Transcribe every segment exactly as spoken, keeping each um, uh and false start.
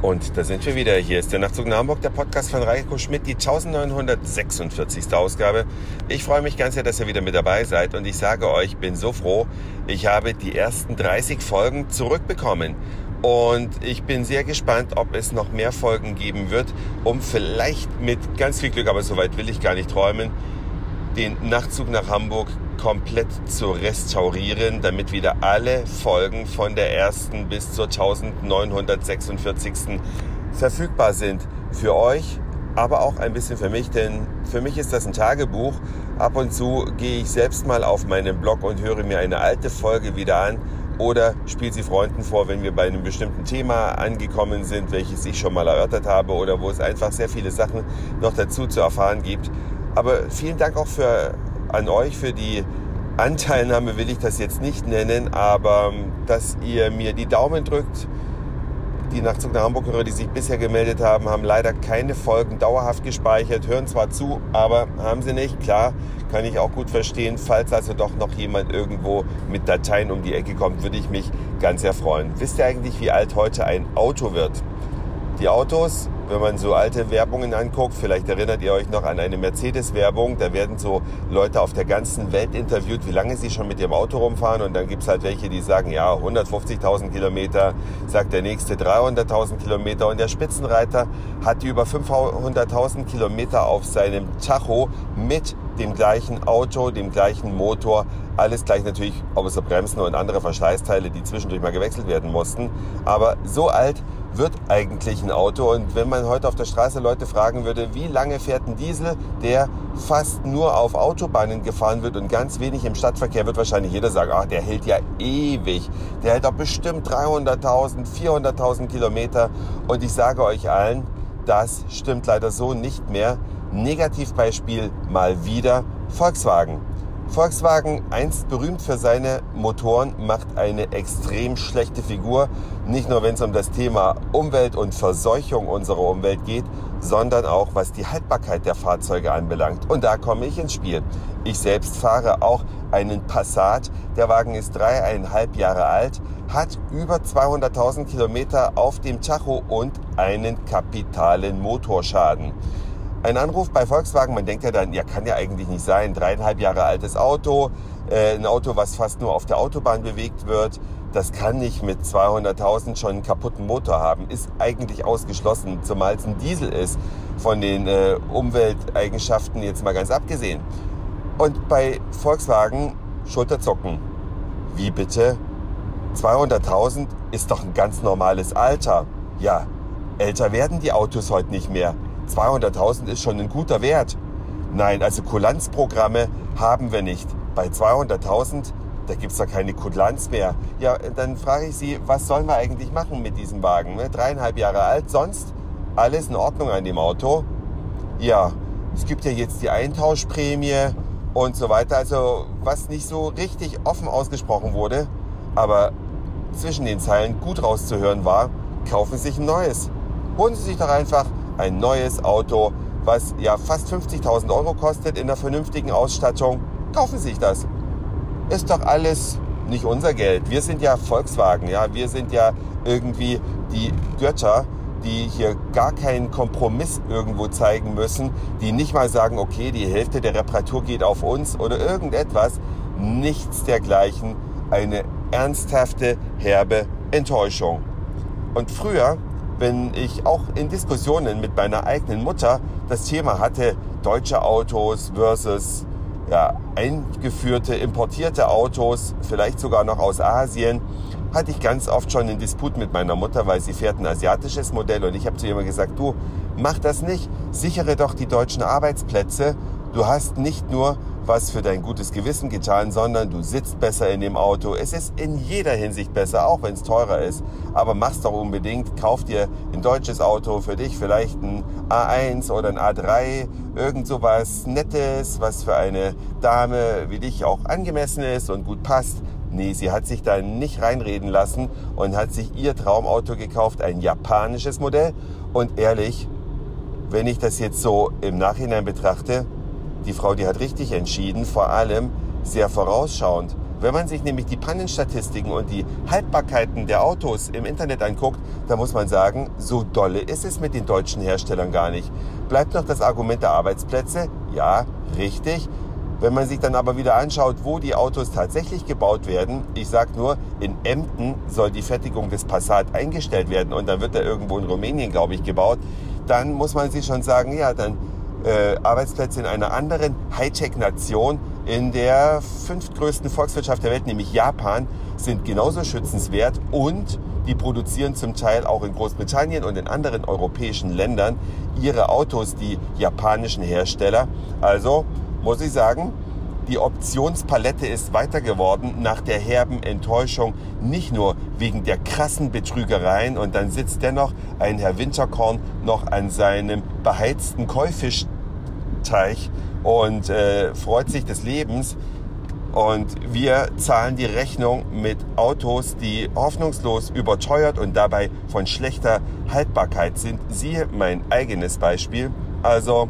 Und da sind wir wieder. Hier ist der Nachtzug nach Hamburg, der Podcast von Reiko Schmidt, die neunzehnhundertsechsundvierzigste Ausgabe. Ich freue mich ganz sehr, dass ihr wieder mit dabei seid und ich sage euch, ich bin so froh, ich habe die ersten dreißig Folgen zurückbekommen. Und ich bin sehr gespannt, ob es noch mehr Folgen geben wird, um vielleicht mit ganz viel Glück, aber soweit will ich gar nicht träumen, den Nachtzug nach Hamburg komplett zu restaurieren, damit wieder alle Folgen von der ersten bis zur neunzehnhundertsechsundvierzigsten verfügbar sind für euch, aber auch ein bisschen für mich, denn für mich ist das ein Tagebuch. Ab und zu gehe ich selbst mal auf meinen Blog und höre mir eine alte Folge wieder an oder spiele sie Freunden vor, wenn wir bei einem bestimmten Thema angekommen sind, welches ich schon mal erörtert habe oder wo es einfach sehr viele Sachen noch dazu zu erfahren gibt. Aber vielen Dank auch für, an euch für die Anteilnahme, will ich das jetzt nicht nennen, aber dass ihr mir die Daumen drückt. Die Nachtzug nach Hamburg-Hörer, die sich bisher gemeldet haben, haben leider keine Folgen dauerhaft gespeichert, hören zwar zu, aber haben sie nicht. Klar, kann ich auch gut verstehen. Falls also doch noch jemand irgendwo mit Dateien um die Ecke kommt, würde ich mich ganz sehr freuen. Wisst ihr eigentlich, wie alt heute ein Auto wird? Die Autos, wenn man so alte Werbungen anguckt, vielleicht erinnert ihr euch noch an eine Mercedes-Werbung, da werden so Leute auf der ganzen Welt interviewt, wie lange sie schon mit ihrem Auto rumfahren, und dann gibt's halt welche, die sagen, ja, hundertfünfzigtausend Kilometer, sagt der nächste dreihunderttausend Kilometer, und der Spitzenreiter hat über fünfhunderttausend Kilometer auf seinem Tacho mit dem gleichen Auto, dem gleichen Motor, alles gleich natürlich, außer Bremsen und andere Verschleißteile, die zwischendurch mal gewechselt werden mussten, aber so alt wird eigentlich ein Auto. Und wenn man heute auf der Straße Leute fragen würde, wie lange fährt ein Diesel, der fast nur auf Autobahnen gefahren wird und ganz wenig im Stadtverkehr, wird wahrscheinlich jeder sagen, ach, der hält ja ewig. Der hält doch bestimmt dreihunderttausend, vierhunderttausend Kilometer. Und ich sage euch allen, das stimmt leider so nicht mehr. Negativbeispiel mal wieder Volkswagen. Volkswagen, einst berühmt für seine Motoren, macht eine extrem schlechte Figur. Nicht nur, wenn es um das Thema Umwelt und Verseuchung unserer Umwelt geht, sondern auch, was die Haltbarkeit der Fahrzeuge anbelangt. Und da komme ich ins Spiel. Ich selbst fahre auch einen Passat. Der Wagen ist dreieinhalb Jahre alt, hat über zweihunderttausend Kilometer auf dem Tacho und einen kapitalen Motorschaden. Ein Anruf bei Volkswagen, man denkt ja dann, ja, kann ja eigentlich nicht sein, dreieinhalb Jahre altes Auto, äh, ein Auto, was fast nur auf der Autobahn bewegt wird, das kann nicht mit zweihunderttausend schon einen kaputten Motor haben, ist eigentlich ausgeschlossen, zumal es ein Diesel ist, von den äh, Umwelteigenschaften jetzt mal ganz abgesehen. Und bei Volkswagen Schulterzucken. Wie bitte? zweihunderttausend ist doch ein ganz normales Alter. Ja, älter werden die Autos heute nicht mehr. zweihunderttausend ist schon ein guter Wert. Nein, also Kulanzprogramme haben wir nicht. Bei zweihunderttausend, da gibt's doch keine Kulanz mehr. Ja, dann frage ich Sie, was sollen wir eigentlich machen mit diesem Wagen? Ne? Dreieinhalb Jahre alt, sonst alles in Ordnung an dem Auto? Ja, es gibt ja jetzt die Eintauschprämie und so weiter. Also was nicht so richtig offen ausgesprochen wurde, aber zwischen den Zeilen gut rauszuhören war, kaufen Sie sich ein neues. Holen Sie sich doch einfach ein neues Auto, was ja fast fünfzigtausend Euro kostet in einer vernünftigen Ausstattung. Kaufen Sie sich das. Ist doch alles nicht unser Geld. Wir sind ja Volkswagen, ja. Wir sind ja irgendwie die Götter, die hier gar keinen Kompromiss irgendwo zeigen müssen, die nicht mal sagen, okay, die Hälfte der Reparatur geht auf uns oder irgendetwas. Nichts dergleichen. Eine ernsthafte, herbe Enttäuschung. Und früher, wenn ich auch in Diskussionen mit meiner eigenen Mutter das Thema hatte, deutsche Autos versus ja, eingeführte, importierte Autos, vielleicht sogar noch aus Asien, hatte ich ganz oft schon einen Disput mit meiner Mutter, weil sie fährt ein asiatisches Modell und ich habe zu ihr immer gesagt, du, mach das nicht, sichere doch die deutschen Arbeitsplätze. Du hast nicht nur was für dein gutes Gewissen getan, sondern du sitzt besser in dem Auto. Es ist in jeder Hinsicht besser, auch wenn es teurer ist. Aber mach's doch unbedingt. Kauf dir ein deutsches Auto für dich, vielleicht ein A eins oder ein A drei, irgend sowas Nettes, was für eine Dame wie dich auch angemessen ist und gut passt. Nee, sie hat sich da nicht reinreden lassen und hat sich ihr Traumauto gekauft, ein japanisches Modell. Und ehrlich, wenn ich das jetzt so im Nachhinein betrachte, die Frau, die hat richtig entschieden, vor allem sehr vorausschauend. Wenn man sich nämlich die Pannenstatistiken und die Haltbarkeiten der Autos im Internet anguckt, da muss man sagen, so dolle ist es mit den deutschen Herstellern gar nicht. Bleibt noch das Argument der Arbeitsplätze? Ja, richtig. Wenn man sich dann aber wieder anschaut, wo die Autos tatsächlich gebaut werden, ich sage nur, in Emden soll die Fertigung des Passat eingestellt werden und dann wird er irgendwo in Rumänien, glaube ich, gebaut, dann muss man sich schon sagen, ja, dann äh, Arbeitsplätze in einer anderen Hightech-Nation, in der fünftgrößten Volkswirtschaft der Welt, nämlich Japan, sind genauso schützenswert und die produzieren zum Teil auch in Großbritannien und in anderen europäischen Ländern ihre Autos, die japanischen Hersteller. Also muss ich sagen, die Optionspalette ist weiter geworden nach der herben Enttäuschung, nicht nur wegen der krassen Betrügereien und dann sitzt dennoch ein Herr Winterkorn noch an seinem beheizten Koi-Fischteich und äh, freut sich des Lebens. Und wir zahlen die Rechnung mit Autos, die hoffnungslos überteuert und dabei von schlechter Haltbarkeit sind. Siehe mein eigenes Beispiel. Also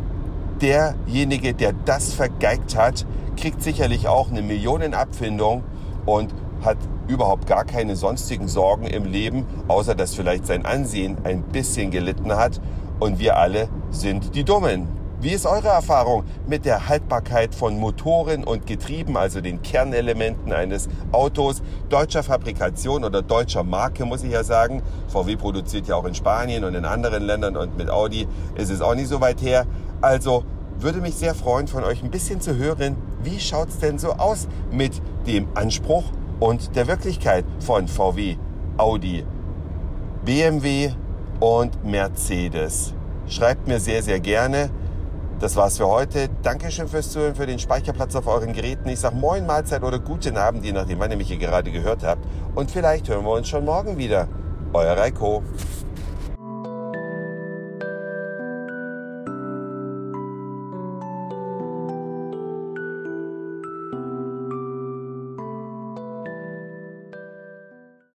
derjenige, der das vergeigt hat, kriegt sicherlich auch eine Millionenabfindung und hat überhaupt gar keine sonstigen Sorgen im Leben, außer dass vielleicht sein Ansehen ein bisschen gelitten hat. Und wir alle sind die Dummen. Wie ist eure Erfahrung mit der Haltbarkeit von Motoren und Getrieben, also den Kernelementen eines Autos, deutscher Fabrikation oder deutscher Marke, muss ich ja sagen. V W produziert ja auch in Spanien und in anderen Ländern und mit Audi ist es auch nicht so weit her. Also würde mich sehr freuen, von euch ein bisschen zu hören, wie schaut's denn so aus mit dem Anspruch und der Wirklichkeit von V W, Audi, B M W und Mercedes. Schreibt mir sehr, sehr gerne. Das war's für heute. Dankeschön fürs Zuhören, für den Speicherplatz auf euren Geräten. Ich sag Moin, Mahlzeit oder guten Abend, je nachdem, wann ihr mich hier gerade gehört habt. Und vielleicht hören wir uns schon morgen wieder. Euer Reiko.